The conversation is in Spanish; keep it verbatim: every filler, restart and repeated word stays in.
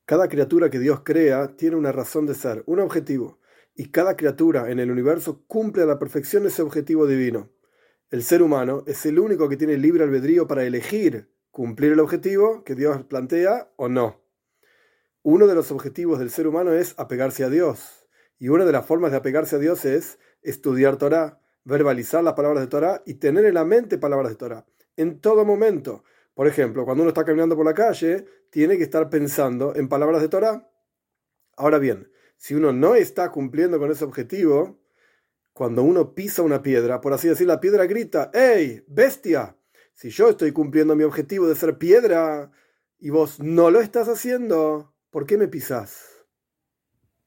Cada criatura que Dios crea tiene una razón de ser, un objetivo, y cada criatura en el universo cumple a la perfección ese objetivo divino. El ser humano es el único que tiene libre albedrío para elegir cumplir el objetivo que Dios plantea o no. Uno de los objetivos del ser humano es apegarse a Dios, y una de las formas de apegarse a Dios es estudiar Torá, verbalizar las palabras de Torá y tener en la mente palabras de Torá, en todo momento. Por ejemplo, cuando uno está caminando por la calle, tiene que estar pensando en palabras de Torá. Ahora bien, si uno no está cumpliendo con ese objetivo, cuando uno pisa una piedra, por así decir, la piedra grita: ¡Ey, bestia! Si yo estoy cumpliendo mi objetivo de ser piedra y vos no lo estás haciendo, ¿por qué me pisás?